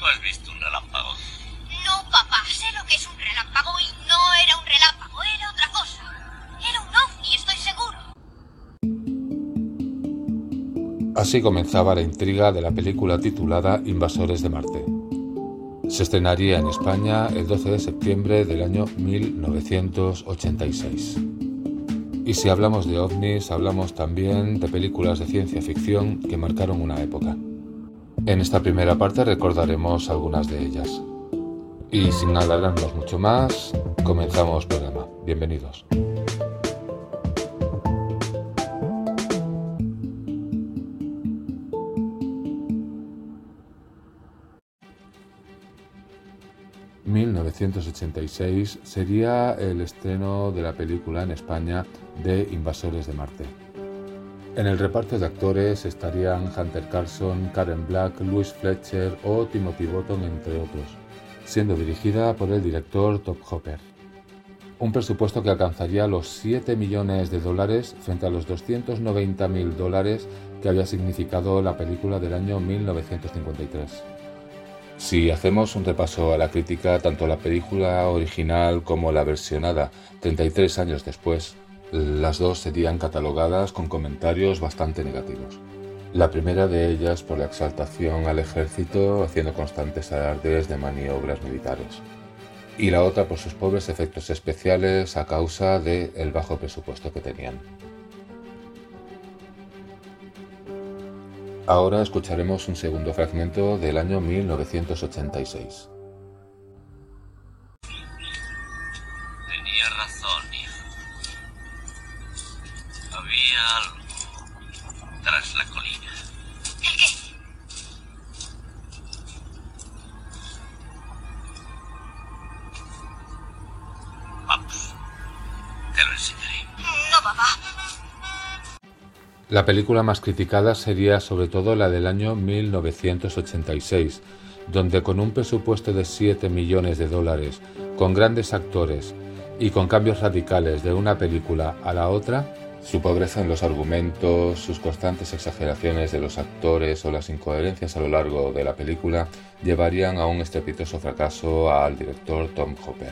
has visto un relámpago? No, papá, sé lo que es un relámpago y no era un relámpago, era otra cosa. Era un ovni, estoy seguro. Así comenzaba la intriga de la película titulada Invasores de Marte. Se estrenaría en España el 12 de septiembre del año 1986. Y si hablamos de ovnis, hablamos también de películas de ciencia ficción que marcaron una época. En esta primera parte recordaremos algunas de ellas. Y sin alargarnos mucho más, comenzamos programa. Bienvenidos. En 1986 sería el estreno de la película en España de Invasores de Marte. En el reparto de actores estarían Hunter Carson, Karen Black, Louise Fletcher o Timothy Bottom, entre otros, siendo dirigida por el director Tobe Hooper. Un presupuesto que alcanzaría los $7 millones frente a los $290.000 que había significado la película del año 1953. Si hacemos un repaso a la crítica, tanto la película original como la versionada 33 años después, las dos serían catalogadas con comentarios bastante negativos. La primera de ellas por la exaltación al ejército, haciendo constantes alardes de maniobras militares. Y la otra por sus pobres efectos especiales a causa del bajo presupuesto que tenían. Ahora escucharemos un segundo fragmento del año 1986. Tenía razón, hijo. Había algo tras la colina. ¿El qué? Vamos, te lo enseñaré. No, papá. La película más criticada sería sobre todo la del año 1986, donde con un presupuesto de $7 millones, con grandes actores y con cambios radicales de una película a la otra, su pobreza en los argumentos, sus constantes exageraciones de los actores o las incoherencias a lo largo de la película llevarían a un estrepitoso fracaso al director Tobe Hooper.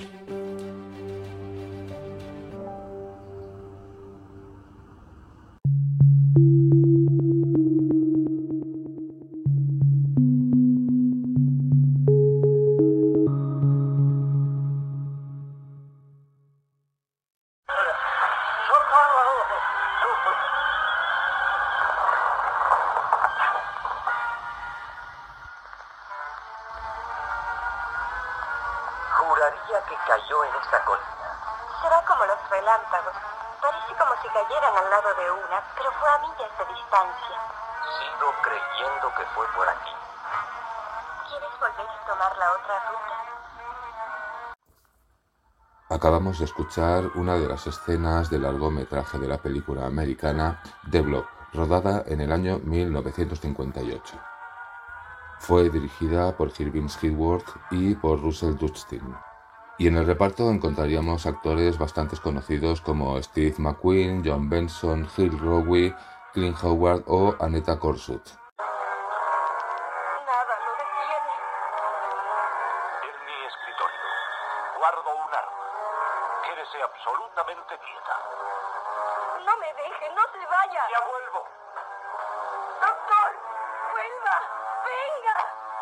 Juraría que cayó en esa colina. Será como los relámpagos. Parece como si cayeran al lado de una, pero fue a millas de distancia. Sigo creyendo que fue por aquí. ¿Quieres volver a tomar la otra ruta? Acabamos de escuchar una de las escenas del largometraje de la película americana The Blob, rodada en el año 1958. Fue dirigida por Irving Skeetworth y por Russell Dustin. Y en el reparto encontraríamos actores bastante conocidos como Steve McQueen, John Benson, Gil Rowe, Clint Howard o Annetta Korsut. Nada lo detiene. En mi escritorio guardo un arma. Quédese absolutamente quieta. No me deje, no se vaya. Ya vuelvo. Doctor, vuelva, venga.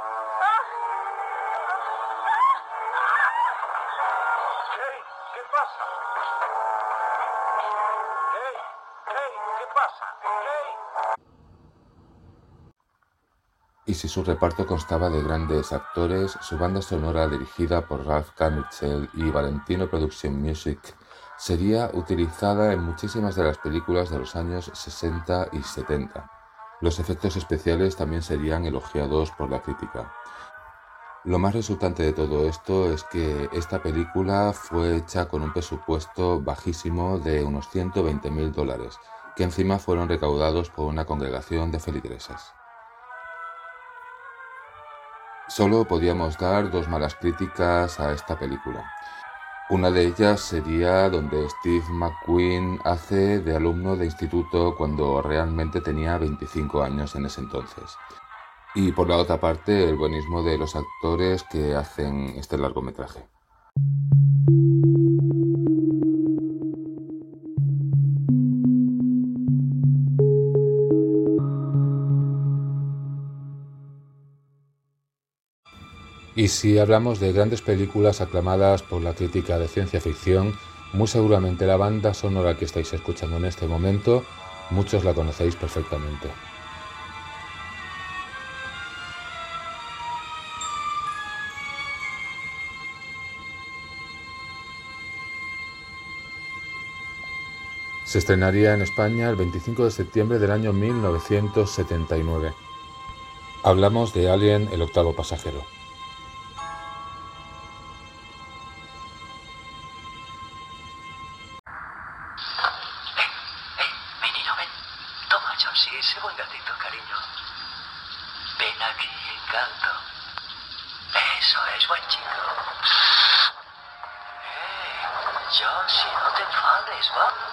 ¿Qué pasa? ¿Qué pasa? Y si su reparto constaba de grandes actores, su banda sonora, dirigida por Ralph Carmichael y Valentino Production Music, sería utilizada en muchísimas de las películas de los años 60 y 70. Los efectos especiales también serían elogiados por la crítica. Lo más resultante de todo esto es que esta película fue hecha con un presupuesto bajísimo de unos $120.000, que encima fueron recaudados por una congregación de feligreses. Solo podíamos dar dos malas críticas a esta película. Una de ellas sería donde Steve McQueen hace de alumno de instituto cuando realmente tenía 25 años en ese entonces. y por la otra parte el buenismo de los actores que hacen este largometraje. Y si hablamos de grandes películas aclamadas por la crítica de ciencia ficción, muy seguramente la banda sonora que estáis escuchando en este momento, muchos la conocéis perfectamente. Se estrenaría en España el 25 de septiembre del año 1979. Hablamos de Alien, el octavo pasajero. Menino, ven. Toma, Josie, ese buen gatito, cariño. Ven aquí, encanto. Eso es, buen chico. Josie, no te enfades, vamos.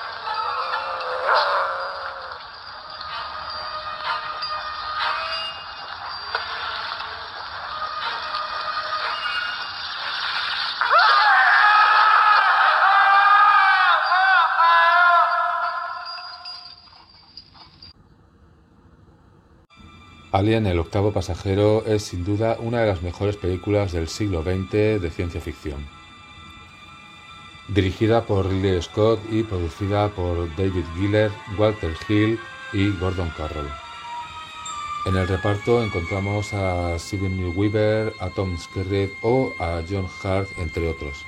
Alien, el octavo pasajero es sin duda una de las mejores películas del siglo XX de ciencia ficción. Dirigida por Ridley Scott y producida por David Giller, Walter Hill y Gordon Carroll. En el reparto encontramos a Sigourney Weaver, a Tom Skerritt o a John Hurt, entre otros.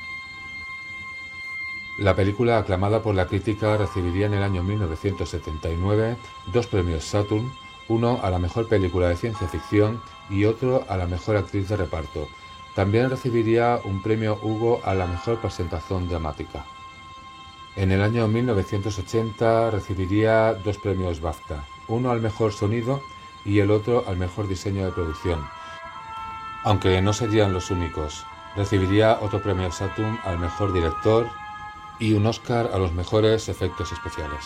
La película, aclamada por la crítica, recibiría en el año 1979 dos premios Saturn, uno a la mejor película de ciencia ficción y otro a la mejor actriz de reparto. También recibiría un premio Hugo a la mejor presentación dramática. En el año 1980 recibiría dos premios BAFTA, uno al mejor sonido y el otro al mejor diseño de producción. Aunque no serían los únicos, recibiría otro premio Saturn al mejor director y un Oscar a los mejores efectos especiales.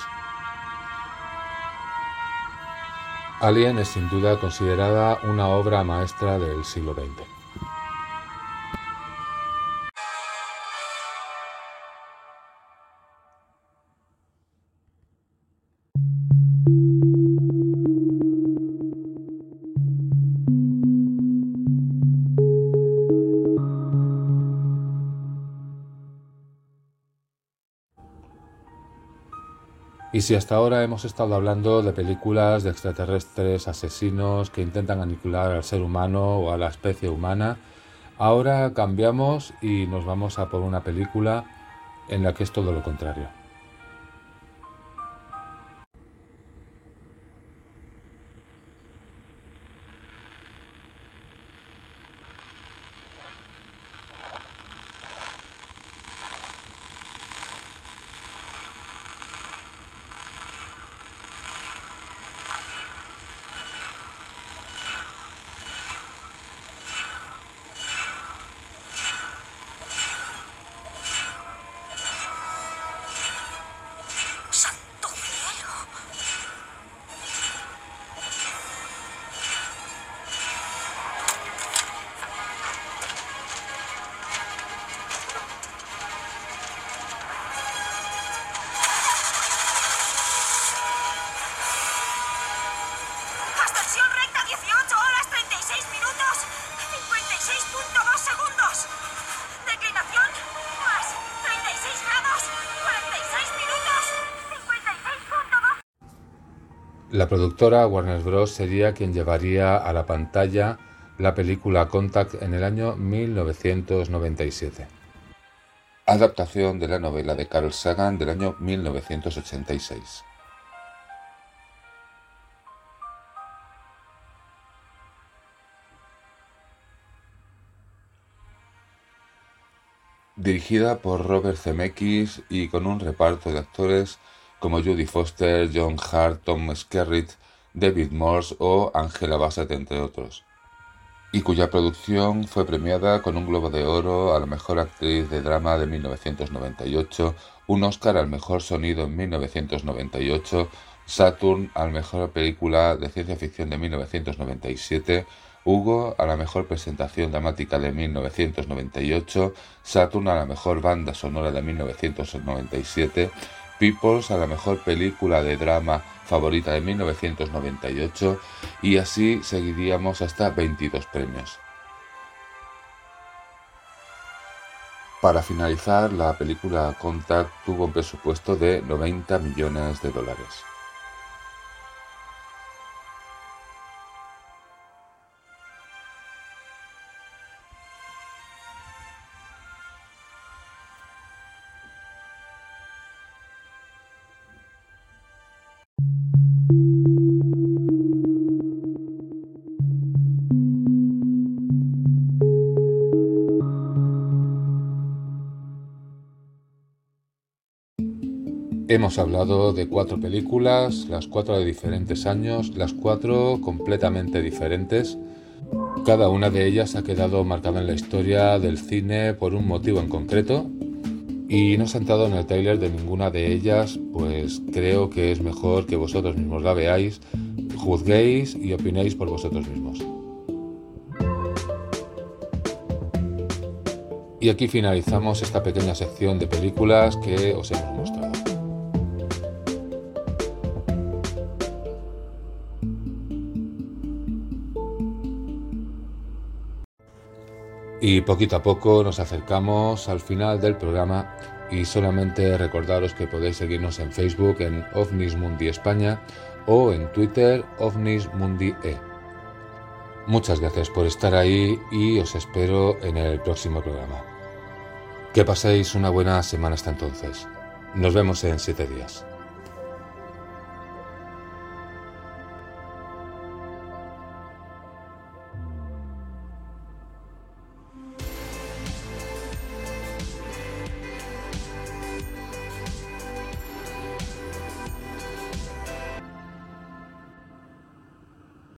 Alien es sin duda considerada una obra maestra del siglo XX. Y si hasta ahora hemos estado hablando de películas de extraterrestres asesinos que intentan aniquilar al ser humano o a la especie humana, ahora cambiamos y nos vamos a por una película en la que es todo lo contrario. Ascensión recta 18 horas 36 minutos 56.2 segundos. Declinación más 36 grados 46 minutos 56.2. La productora Warner Bros. Sería quien llevaría a la pantalla la película Contact en el año 1997. Adaptación de la novela de Carl Sagan del año 1986. Dirigida por Robert Zemeckis y con un reparto de actores como Jodie Foster, John Hurt, Tom Skerritt, David Morse o Angela Bassett, entre otros, y cuya producción fue premiada con un Globo de Oro a la mejor actriz de drama de 1998, un Oscar al mejor sonido en 1998, Saturn a la mejor película de ciencia ficción de 1997, Hugo a la mejor presentación dramática de 1998, Saturn a la mejor banda sonora de 1997, Peoples a la mejor película de drama favorita de 1998 y así seguiríamos hasta 22 premios. Para finalizar, la película Contact tuvo un presupuesto de $90 millones. Hemos hablado de 4 películas, las 4 de diferentes años, las 4 completamente diferentes. Cada una de ellas ha quedado marcada en la historia del cine por un motivo en concreto y no se ha entrado en el tráiler de ninguna de ellas, pues creo que es mejor que vosotros mismos la veáis, juzguéis y opinéis por vosotros mismos. Y aquí finalizamos esta pequeña sección de películas que os hemos mostrado. Y poquito a poco nos acercamos al final del programa y solamente recordaros que podéis seguirnos en Facebook en OVNIS Mundi España o en Twitter OVNIS Mundi E. Muchas gracias por estar ahí y os espero en el próximo programa. Que paséis una buena semana hasta entonces. Nos vemos en 7 días.